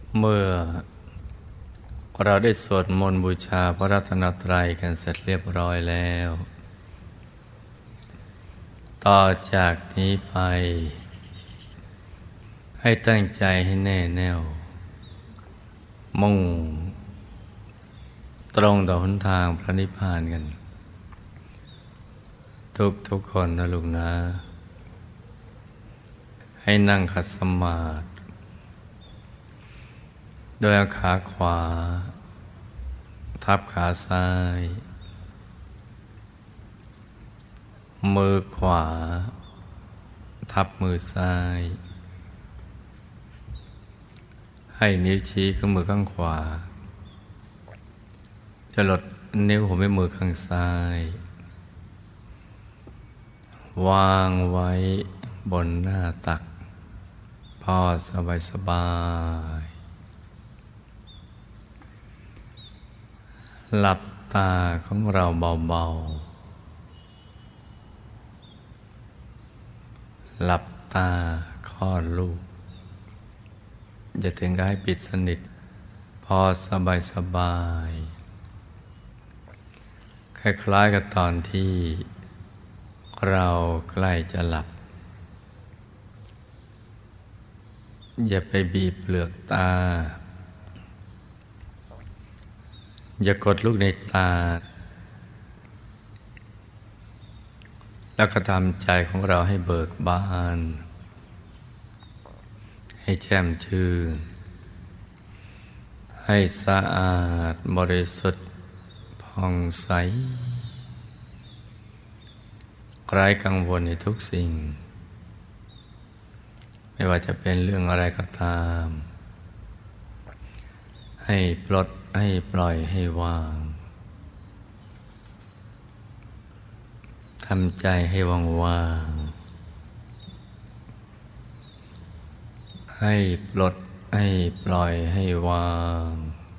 เมื่อเราได้สวดมนต์บูชาพระรัตนตรัยกันเสร็จเรียบร้อยแล้ว ต่อจากนี้ไปให้ตั้งใจให้แน่แน่วมุ่งตรงต่อหนทางพระนิพพานกันทุกคนนะลูกนะให้นั่งขัดสมาธิโดยเอาขาขวาทับขาซ้ายมือขวาทับมือซ้ายให้นิ้วชี้ข้างมือข้างขวาจะลดนิ้วหัวแม่มือข้างซ้ายวางไว้บนหน้าตักพอสบายหลับตาของเราเบาๆหลับตาคลอดลูกอย่าถึงกับให้ปิดสนิทพอสบายคล้ายๆกับตอนที่เราใกล้จะหลับอย่าไปบีบเปลือกตาอย่ากดลูกในตาแล้วก็ทำใจของเราให้เบิกบานให้แช่มชื่นให้สะอาดบริสุทธิ์ผ่องใสไร้กังวลในทุกสิ่งไม่ว่าจะเป็นเรื่องอะไรก็ตามให้ปลดให้ปล่อยให้วางทำใจให้ว่างๆให้ปลดให้ปล่อยให้วาง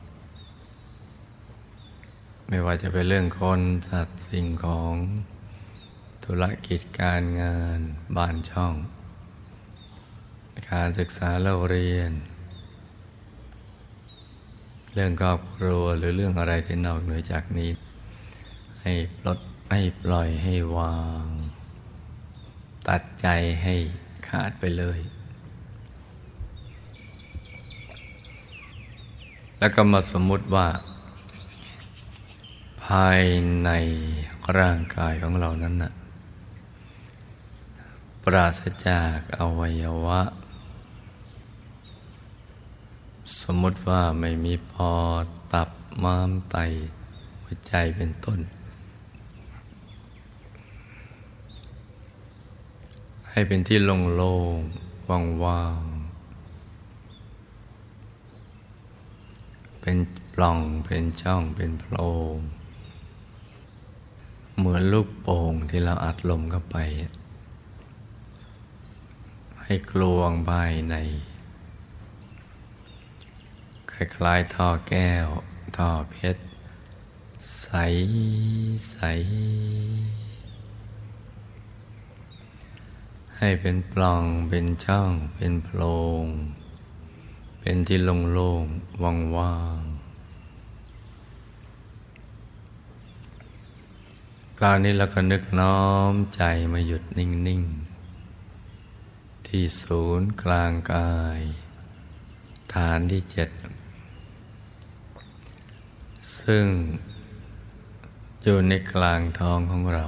ไม่ว่าจะเป็นเรื่องคนสัตว์สิ่งของธุรกิจการงานบ้านช่องการศึกษาเล่าเรียนเรื่องครอบครัวหรือเรื่องอะไรที่นอกเหนือจากนี้ให้ปลดให้ปล่อยให้วางตัดใจให้ขาดไปเลยแล้วก็มาสมมุติว่าภายในร่างกายของเรานั้นน่ะปราศจากอวัยวะสมมติว่าไม่มีปอดตับม้ามไตหัวใจเป็นต้นให้เป็นที่โล่งๆว่างๆเป็นปล่องเป็นช่องเป็นโพรงเหมือนลูกโป่งที่เราอัดลมเข้าไปให้กลวงภายในคล้ายๆท่อแก้วท่อเพชรใสใสให้เป็นปล่องเป็นช่องเป็นโพรงเป็นที่โล่งๆว่างๆคราวนี้เราก็นึกน้อมใจมาหยุดนิ่งๆที่ศูนย์กลางกายฐานที่7ซึ่งอยู่ในกลางท้องของเรา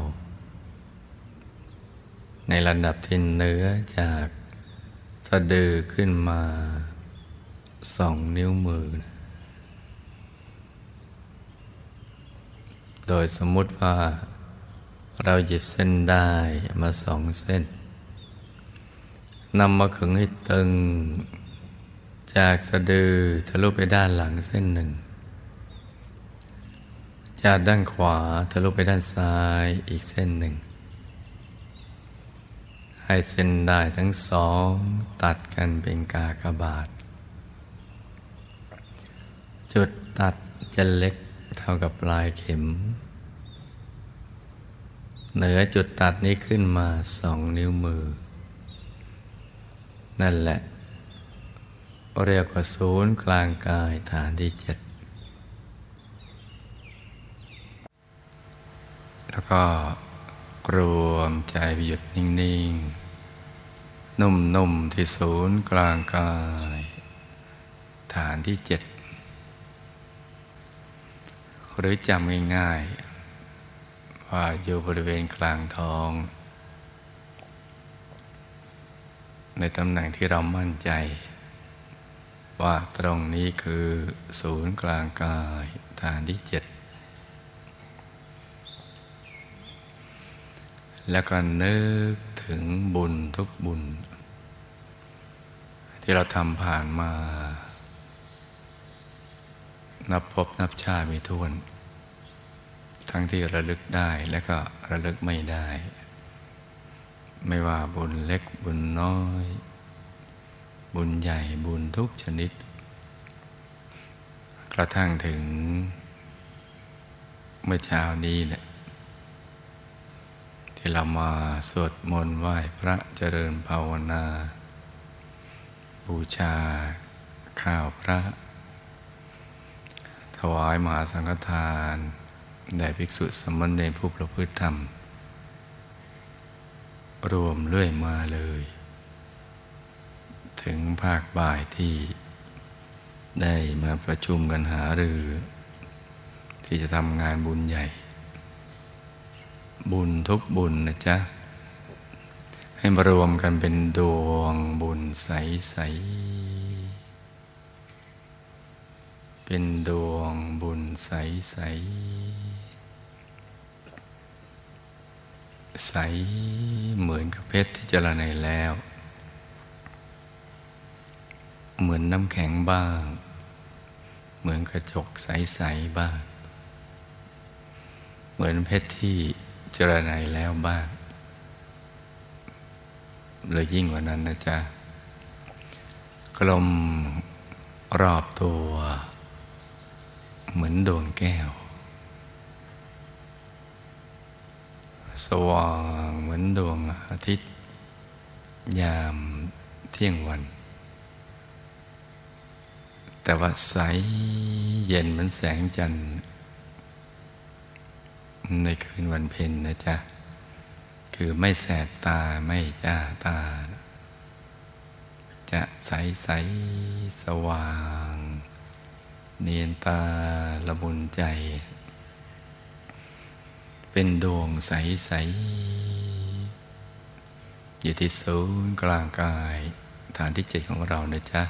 ในระดับที่เหนือจากสะดือขึ้นมา2 นิ้วมือโดยสมมุติว่าเราหยิบเส้นได้มา2 เส้นนำมาขึงให้ตึงจากสะดือทะลุไปด้านหลังเส้นหนึ่งจากด้านขวาทะลุไปด้านซ้ายอีกเส้นหนึ่งให้เส้นได้ทั้ง2ตัดกันเป็นกากบาทจุดตัดจะเล็กเท่ากับปลายเข็มเหนือจุดตัดนี้ขึ้นมา2 นิ้วมือนั่นแหละเรียกว่าศูนย์กลางกายฐานที่7แล้วก็รวมใจไปหยุดนิ่งๆนุ่มๆที่ศูนย์กลางกายฐานที่7หรือจำง่ายๆว่าอยู่บริเวณกลางท้องในตำแหน่งที่เรามั่นใจว่าตรงนี้คือศูนย์กลางกายฐานที่7แล้วก็นึกถึงบุญทุกบุญที่เราทำผ่านมานับภพนับชาติไม่ถ้วนทั้งที่ระลึกได้และก็ระลึกไม่ได้ไม่ว่าบุญเล็กบุญน้อยบุญใหญ่บุญทุกชนิดกระทั่งถึงเมื่อเช้านี้แหละที่เรามาสวดมนต์ไหว้พระเจริญภาวนาบูชาข้าวพระถวายมหาสังฆทานแด่ภิกษุสามเณรผู้ประพฤติธรรมรวมเรื่อยมาเลยถึงภาคบ่ายที่ได้มาประชุมกันหารือที่จะทำงานบุญใหญ่บุญทุกบุญนะจ๊ะให้มารวมกันเป็นดวงบุญใสๆเป็นดวงบุญใสๆใสเหมือนกับเพชรที่เจริญแล้วเหมือนน้ำแข็งบ้างเหมือนกระจกใสๆบ้างเหมือนเพชรที่เจริญแล้วบ้างเลยยิ่งกว่านั้นนะจ๊ะกลมรอบตัวเหมือนดวงแก้วสว่างเหมือนดวงอาทิตย์ยามเที่ยงวันแต่ว่าใสเย็นเหมือนแสงจันทร์ในคืนวันเพ็ญนะจ๊ะคือไม่แสบตาไม่จ้าตาจะใสใสสว่างเนียนตาละมุนใจเป็นดวงใสใสอยู่ที่ศูนย์กลางกายฐานที่7ของเรานะจ๊ะ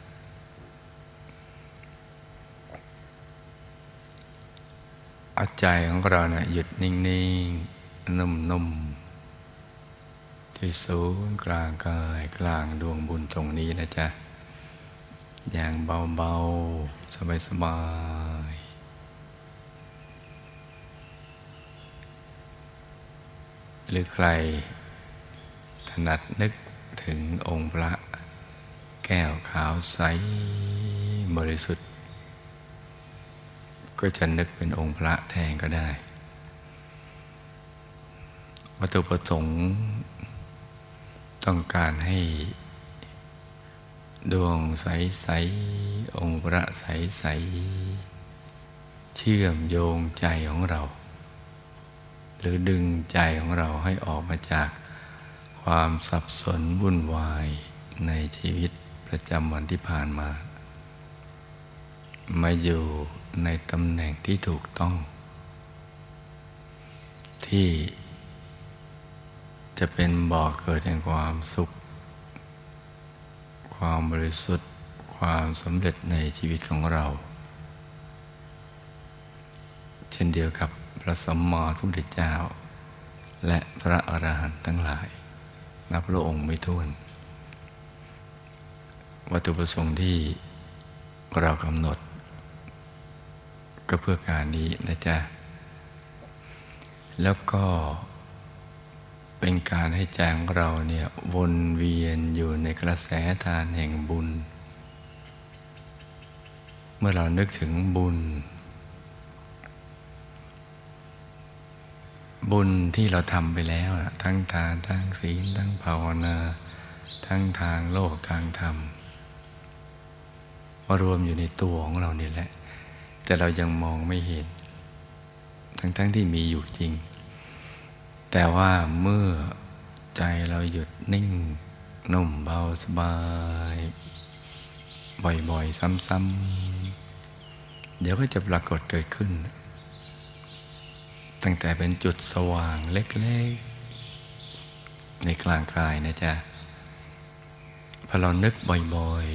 เอาใจของเราเนี่ยหยุดนิ่งๆนุ่มๆที่ศูนย์กลางกายกลางดวงบุญตรงนี้นะจ๊ะอย่างเบาๆสบายๆหรือใครถนัดนึกถึงองค์พระแก้วขาวใสบริสุทธิ์ก็จะนึกเป็นองค์พระแทนก็ได้วัตถุประสงค์ต้องการให้ดวงใสๆองค์พระใสๆเชื่อมโยงใจของเราหรือดึงใจของเราให้ออกมาจากความสับสนวุ่นวายในชีวิตประจำวันที่ผ่านมามาอยู่ในตำแหน่งที่ถูกต้องที่จะเป็นบ่อเกิดแห่งความสุขความบริสุทธิ์ความสำเร็จในชีวิตของเราเช่นเดียวกับพระสัมมาสัมพุทธเจ้าและพระอรหันต์ทั้งหลายนับพระองค์ไม่ถ้วนวัตถุประสงค์ที่เรากำหนดก็เพื่อการนี้นะจ๊ะแล้วก็เป็นการให้ใจของเราเนี่ยวนเวียนอยู่ในกระแสทานแห่งบุญเมื่อเรานึกถึงบุญที่เราทำไปแล้วทั้งทานทั้งศีลทั้งภาวนาทั้งทางโลกทางธรรมารวมอยู่ในตัวของเรานี่แหละแต่เรายังมองไม่เห็นทั้งที่มีอยู่จริงแต่ว่าเมื่อใจเราหยุดนิ่งนุ่มเบาสบายบ่อยๆซ้ำๆเดี๋ยวก็จะปรากฏเกิดขึ้นตั้งแต่เป็นจุดสว่างเล็กๆในกลางกายนะจ๊ะพอเรานึกบ่อย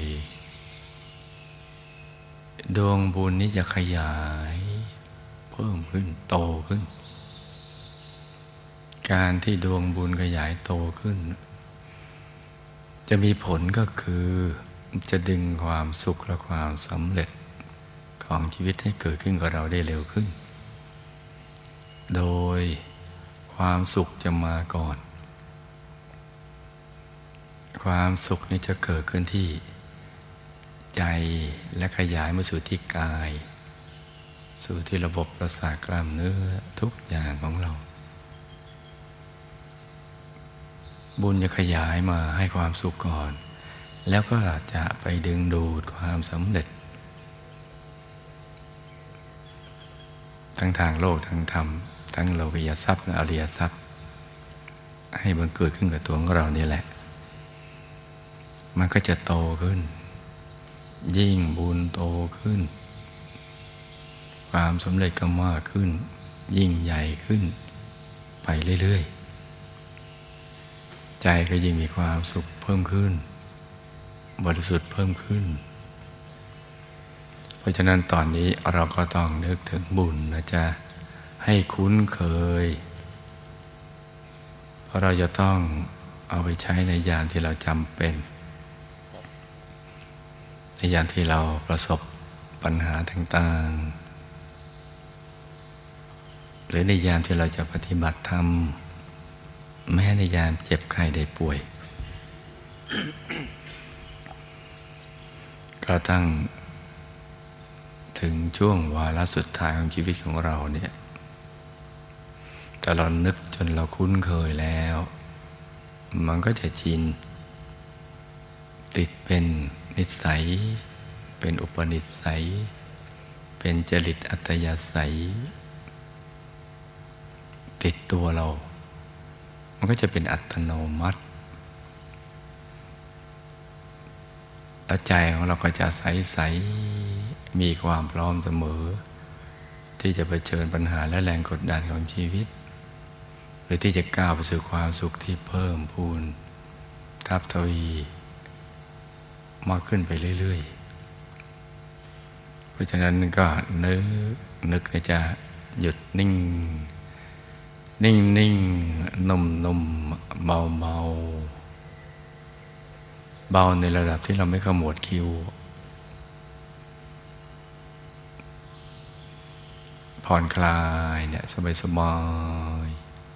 ๆดวงบุญนี้จะขยายเพิ่มขึ้นโตขึ้นการที่ดวงบุญขยายโตขึ้นจะมีผลก็คือจะดึงความสุขและความสำเร็จของชีวิตให้เกิดขึ้นกับเราได้เร็วขึ้นโดยความสุขจะมาก่อนความสุขนี้จะเกิดขึ้นที่ใจและขยายมาสู่ที่กายสู่ที่ระบบประสาทกล้ามเนื้อทุกอย่างของเราบุญจะขยายมาให้ความสุขก่อนแล้วก็จะไปดึงดูดความสำเร็จทั้งทางโลกทางธรรมทั้งโลกิยทรัพย์และอริยทรัพย์ให้บังเกิดขึ้นกับตัวของเรานี่แหละมันก็จะโตขึ้นยิ่งบุญโตขึ้นความสำเร็จก็มากขึ้นยิ่งใหญ่ขึ้นไปเรื่อยๆใจก็ยิ่งมีความสุขเพิ่มขึ้นบริสุทธิ์เพิ่มขึ้นเพราะฉะนั้นตอนนี้เราก็ต้องนึกถึงบุญนะจ๊ะให้คุ้นเคยเพราะเราจะต้องเอาไปใช้ในยามที่เราจำเป็นในยามที่เราประสบปัญหาต่างๆหรือในยามที่เราจะปฏิบัติธรรมแม้ในยามเจ็บไข้ได้ป่วย กระทั่งถึงช่วงวาระสุดท้ายของชีวิตของเราเนี่ยแต่เรานึกจนเราคุ้นเคยแล้วมันก็จะชินติดเป็นนิสัยเป็นอุปนิสัยเป็นจริตอัตยาศัยติดตัวเรามันก็จะเป็นอัตโนมัติแล้วใจของเราก็จะใสๆมีความพร้อมเสมอที่จะเผชิญปัญหาและแรงกดดันของชีวิตหรือที่จะก้าวไปสู่ความสุขที่เพิ่มพูนทับทวีมากขึ้นไปเรื่อยๆเพราะฉะนั้นก็นึกนะจ๊ะหยุดนิ่งนุ่มเบาในระดับที่เราไม่ขมวดคิ้วผ่อนคลายเนี่ยสบาย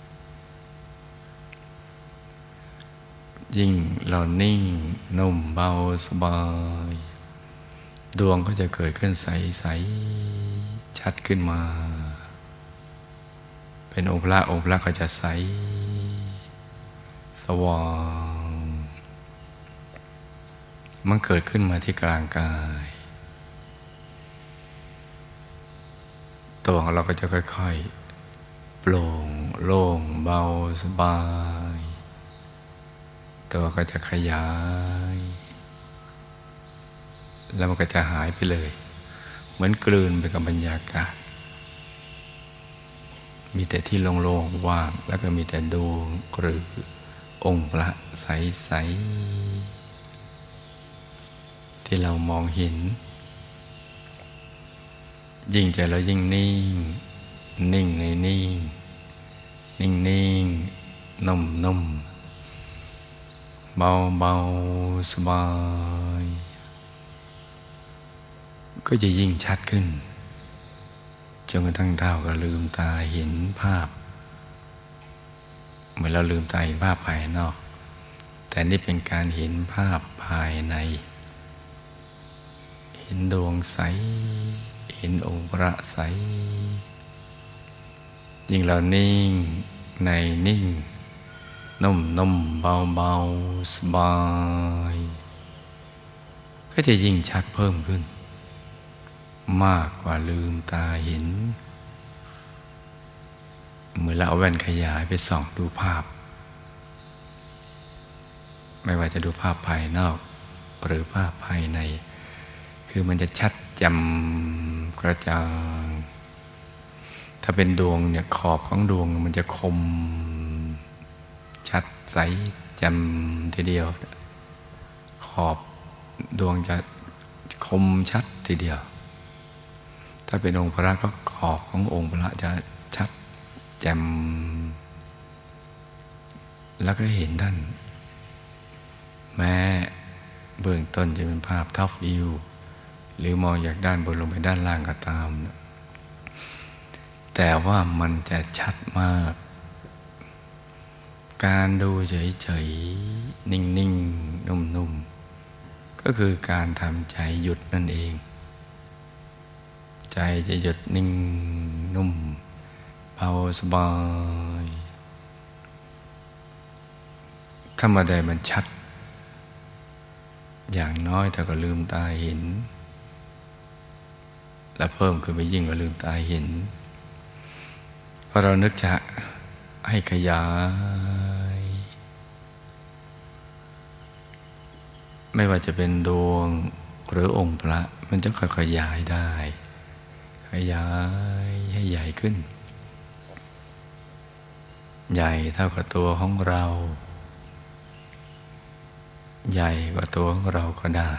ยิ่งเรานิ่งนุ่มเบาสบายดวงก็จะเกิดขึ้นใสชัดขึ้นมาเป็นองค์พระก็จะใสสว่างมันเกิดขึ้นมาที่กลางกายตัวของเราก็จะค่อยๆโปร่งโล่งเบาสบายตัวก็จะขยายแล้วมันก็จะหายไปเลยเหมือนกลืนไปกับบรรยากาศมีแต่ที่โล่งๆว่างแล้วก็มีแต่ดวงหรือองค์พระใสๆที่เรามองเห็นยิ่งใจเรายิ่งนิ่งในนิ่งนุ่มเบาสบายก็จะยิ่งชัดขึ้นจนกระทั่งเท่ากับลืมตาเห็นภาพเหมือนเราลืมตาเห็นภาพภายนอกแต่นี่เป็นการเห็นภาพภายในเห็นดวงใสเห็นองค์พระใสยิ่งเรานิ่งในนิ่งนุ่มเบาสบายก็จะยิ่งชัดเพิ่มขึ้นมากกว่าลืมตาเห็นเหมือนเราเอาแว่นขยายไปส่องดูภาพไม่ว่าจะดูภาพภายนอกหรือภาพภายในคือมันจะชัดแจ่มกระจ่างถ้าเป็นดวงเนี่ยขอบของดวงมันจะคมชัดใสแจ่มทีเดียวขอบดวงจะคมชัดทีเดียวถ้าเป็นองค์พระก็ขอบขององค์พระจะชัดแจ่มแล้วก็เห็นท่านแม้เบื้องต้นจะเป็นภาพท็อปวิวหรือมองจากด้านบนลงไปด้านล่างก็ตามแต่ว่ามันจะชัดมากการดูเฉยๆนิ่งๆนุ่มๆก็คือการทำใจหยุดนั่นเองใจจะหยุดนิ่งนุ่มเบาสบายถ้าเมื่อใดมันชัดอย่างน้อยแต่ก็ลืมตาเห็นและเพิ่มขึ้นไปยิ่งก็ลืมตาเห็นเพราะเรานึกจะให้ขยายไม่ว่าจะเป็นดวงหรือองค์พระมันจะค่อยๆขยายได้ขยายให้ใหญ่ขึ้นใหญ่เท่ากับตัวของเราใหญ่กว่าตัวของเราก็ได้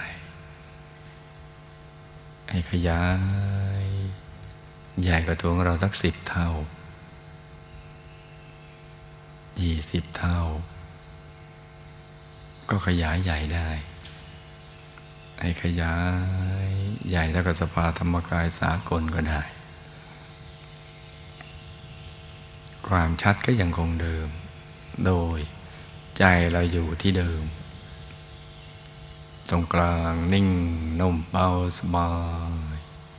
ให้ขยายใหญ่กว่าตัวของเราสัก10 เท่า20 เท่าก็ขยายใหญ่ได้ให้ขยายใหญ่เท่ากับสภาธรรมกายสากลก็ได้ความชัดก็ยังคงเดิมโดยใจเราอยู่ที่เดิมตรงกลางนิ่งนุ่มเบาสบาย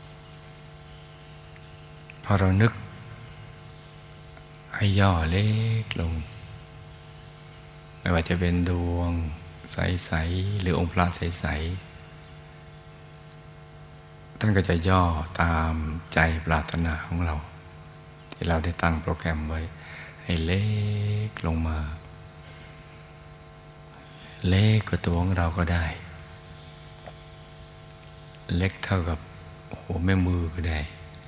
พอเรานึกให้ย่อเล็กลงไม่ว่าจะเป็นดวงใสๆหรือองค์พระใสๆท่านก็จะย่อตามใจปรารถนาของเราที่เราได้ตั้งโปรแกรมไว้ให้เล็กลงมาเล็กกว่าตัวของเราก็ได้เล็กเท่ากับหัวแม่มือก็ได้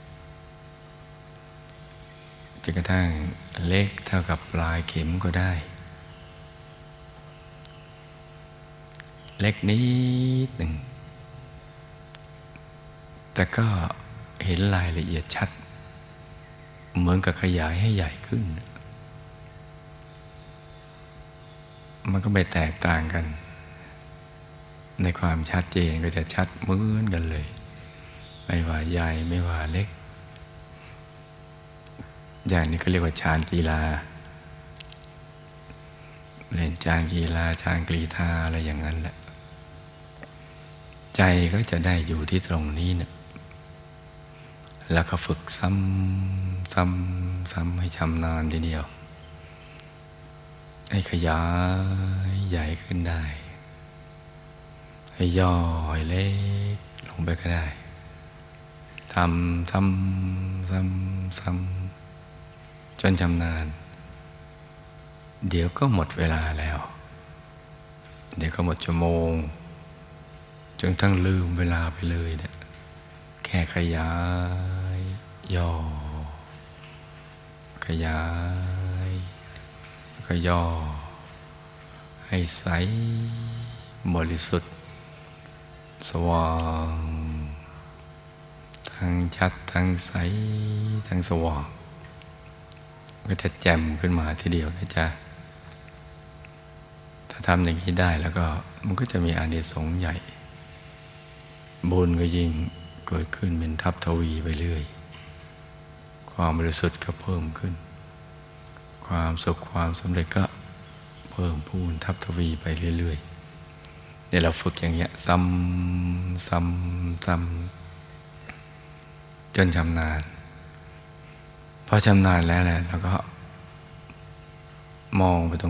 จนกระทั่งเล็กเท่ากับปลายเข็มก็ได้เล็กนิดหนึ่งแต่ก็เห็นรายละเอียดชัดเหมือนกับขยายให้ใหญ่ขึ้นมันก็ไม่แตกต่างกันในความชัดเจนก็จะชัดเหมือนกันเลยไม่ว่าใหญ่ไม่ว่าเล็กอย่างนี้ก็เรียกว่าฌานกีฬาเล่นฌานกีฬาฌานกรีฑาอะไรอย่างนั้นแหละใจก็จะได้อยู่ที่ตรงนี้เนี่ยแล้วก็ฝึกซ้ำให้ชำนาญทีเดียวให้ขยายใหญ่ขึ้นได้ให้ย่อให้เล็กลงไปก็ได้ทำซ้ำจนชำนาญเดี๋ยวก็หมดเวลาแล้วเดี๋ยวก็หมดชั่วโมงจนทั้งลืมเวลาไปเลยเนี่ยแค่ขยายย่อขยายแล้วก็ย่อให้ใสบริสุทธิ์สว่างทั้งชัดทั้งใสทั้งสว่างก็จะแจ่มขึ้นมาทีเดียวนะจ๊ะถ้าทำอย่างนี้ได้แล้วก็มันก็จะมีอานิสงส์ใหญ่บุญก็ยิ่งเกิดขึ้นเป็นทัพทวีไปเรื่อยความบริสุทธิ์ก็เพิ่มขึ้นความสุขความสำเร็จก็เพิ่มพูนทัพทวีไปเรื่อยๆเนี่ยเราฝึกอย่างเงี้ยซ้ำจนชำนาญพอชำนาญแล้วแหละเราก็มองไปต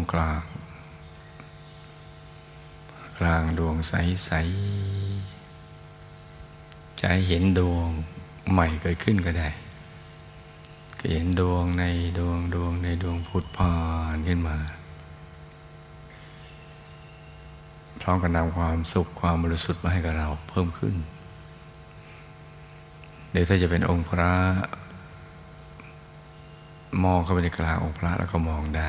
รงกลางดวงใสจะให้เห็นดวงใหม่เกิดขึ้นก็ได้ก็เห็นดวงในดวงในดวงผุดผ่านขึ้นมาพร้อมกับนำความสุขความบริสุทธิ์มาให้กับเราเพิ่มขึ้นเดี๋ยวถ้าจะเป็นองค์พระมองเข้าไปในกลางองค์พระแล้วก็มองได้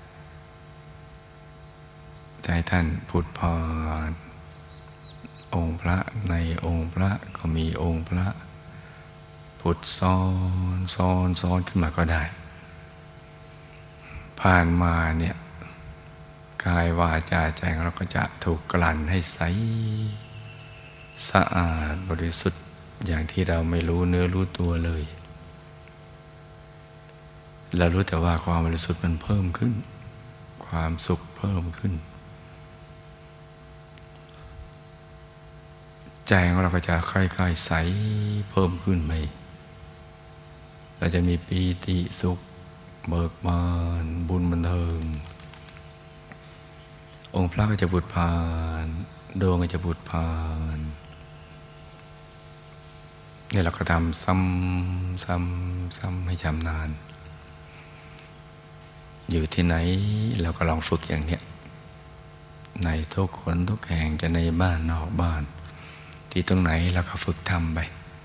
จะให้ท่านผุดผ่านองค์พระในองค์พระก็มีองค์พระผุดซ้อนขึ้นมาก็ได้ผ่านมาเนี่ยกายวาจาใจของเราก็จะถูกกลั่นให้ใสสะอาดบริสุทธิ์อย่างที่เราไม่รู้เนื้อรู้ตัวเลยเรารู้แต่ว่าความบริสุทธิ์มันเพิ่มขึ้นความสุขเพิ่มขึ้นใจของเราก็จะค่อยๆใสเพิ่มขึ้นไปเราจะมีปีติสุขเบิกบานบุญบันเทิงองค์พระก็จะผุดผ่านดวงก็จะผุดผ่านนี่เราก็ทำซ้ำให้ชำนาญอยู่ที่ไหนเราก็ลองฝึกอย่างนี้ในทุกคนทุกแห่งจะในบ้านนอกบ้านที่ตรงไหนเราก็ฝึกทำไป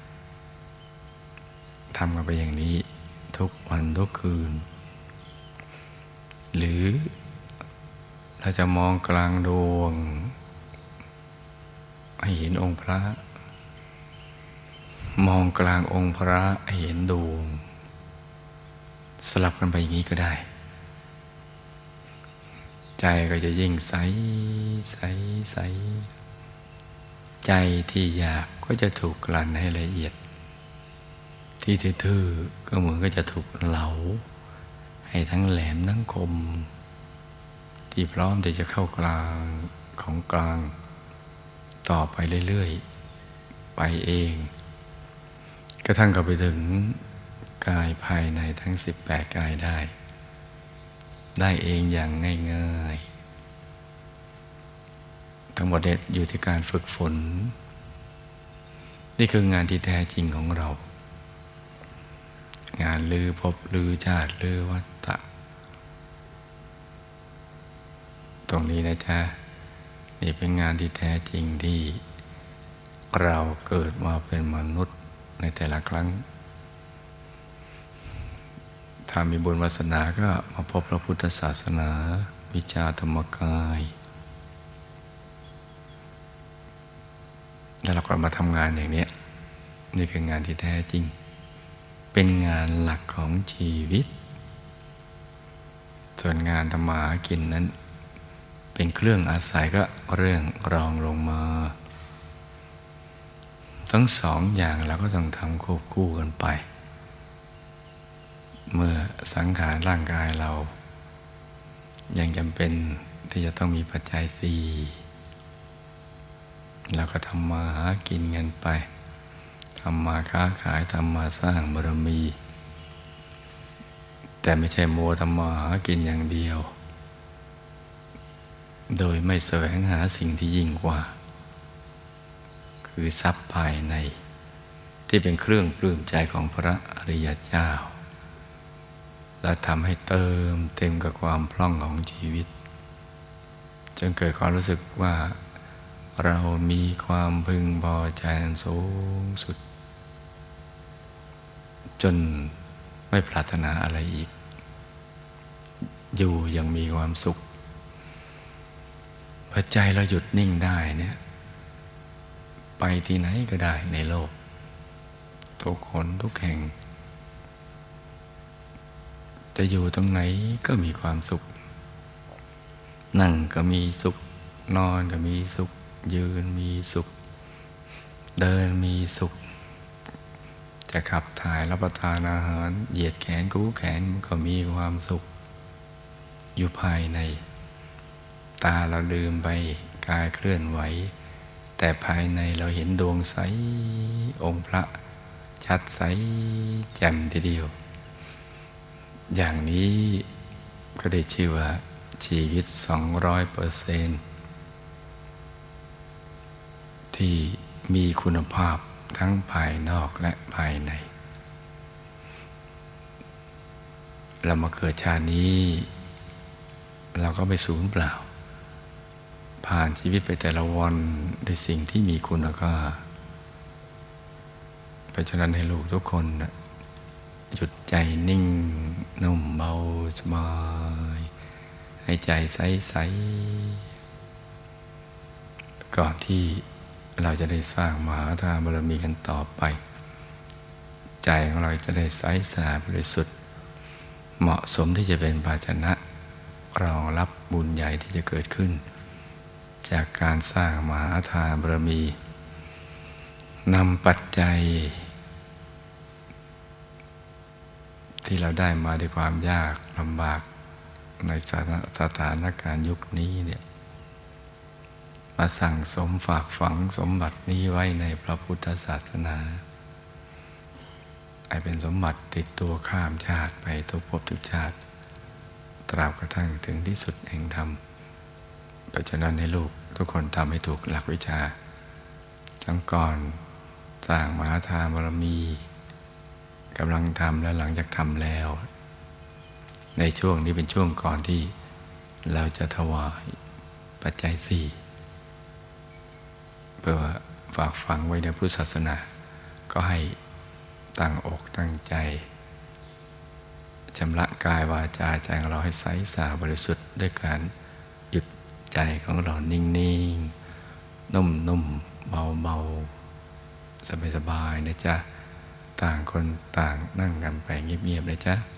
ทำกันไปอย่างนี้ทุกวันทุกคืนหรือเราจะมองกลางดวงให้เห็นองค์พระมองกลางองค์พระให้เห็นดวงสลับกันไปอย่างนี้ก็ได้ใจก็จะยิ่งใสใจที่หยาบก็จะถูกกลั่นให้ละเอียดที่ทื่อๆก็เหมือนก็จะถูกเหลาให้ทั้งแหลมทั้งคมที่พร้อมที่จะเข้ากลางของกลางต่อไปเรื่อยๆไปเองกระทั่งก็ไปถึงกายภายในทั้ง18กายได้เองอย่างง่ายๆทั้งหมดเนี่ยอยู่ที่การฝึกฝนนี่คืองานที่แท้จริงของเรางานลือภพลือชาติลือวัฏฏะตรงนี้นะจ๊ะนี่เป็นงานที่แท้จริงที่เราเกิดมาเป็นมนุษย์ในแต่ละครั้งถ้ามีบุญวาสนาก็มาพบพระพุทธศาสนาวิชาธรรมกายแล้วเราก็มาทำงานอย่างนี้นี่คืองานที่แท้จริงเป็นงานหลักของชีวิตส่วนงานทำมาหากินนั้นเป็นเครื่องอาศัยก็เรื่องรองลงมาทั้งสองอย่างเราก็ต้องทำควบคู่กันไปเมื่อสังขารร่างกายเรายังจำเป็นที่จะต้องมีปัจจัยสี่เราก็ทำมาหากินกันไปทำมาค้าขายทำมาสร้างบารมีแต่ไม่ใช่มัวทำมาหากินอย่างเดียวโดยไม่แสวงหาสิ่งที่ยิ่งกว่าคือทรัพย์ภายในที่เป็นเครื่องปลื้มใจของพระอริยเจ้าและทำให้เติมเต็มกับความพร่องของชีวิตจนเกิดความรู้สึกว่าเรามีความพึงพอใจอันสูงสุดจนไม่ปรารถนาอะไรอีกอยู่ยังมีความสุขพอใจเราหยุดนิ่งได้เนี่ยไปที่ไหนก็ได้ในโลกทุกคนทุกแห่งจะอยู่ตรงไหนก็มีความสุขนั่งก็มีสุขนอนก็มีสุขยืนมีสุขเดินมีสุขจะขับถ่ายรับประทานอาหารเหยียดแขนกู้แขนก็มีความสุขอยู่ภายในตาเราลืมไปกายเคลื่อนไหวแต่ภายในเราเห็นดวงใสองค์พระชัดใสแจ่มทีเดียวอย่างนี้ก็ได้ชื่อว่าชีวิต 200% ที่มีคุณภาพทั้งภายนอกและภายในเรามาเกิดชาตินี้เราก็ไม่สูญเปล่าผ่านชีวิตไปแต่ละวันด้วยสิ่งที่มีคุณค่าเพราะฉะนั้นให้ลูกทุกคนหยุดใจนิ่งนุ่มเบาสบายให้ใจใสๆก่อนที่เราจะได้สร้างมหาทานบารมีกันต่อไปใจของเราจะได้ใสสะอาดบริสุทธิ์เหมาะสมที่จะเป็นภาชนะรองรับบุญใหญ่ที่จะเกิดขึ้นจากการสร้างมหาทานบารมีนำปัจจัยที่เราได้มาด้วยความยากลำบากในสถานการณ์ยุคนี้เนี่ยมาสั่งสมฝากฝังสมบัตินี้ไว้ในพระพุทธศาสนาให้เป็นสมบัติติดตัวข้ามชาติไปทุกภพทุกชาติตราบกระทั่งถึงที่สุดแห่งธรรมเพราะฉะนั้นให้ลูกทุกคนทำให้ถูกหลักวิชาทั้งก่อนสร้างมหาทานบารมีกำลังทำและหลังจากทำแล้วในช่วงนี้เป็นช่วงก่อนที่เราจะถวายปัจจัยสี่เพื่อฝากฝังไว้ในพุทธศาสนาก็ให้ตั้งอกตั้งใจชำระกายวาจาใจของเราให้ใสสะอาดบริสุทธิ์ด้วยการหยุดใจของเรานิ่งๆนุ่มๆเบาๆสบายๆนะจ๊ะต่างคนต่างนั่งกันไปเงียบๆเลยจ๊ะ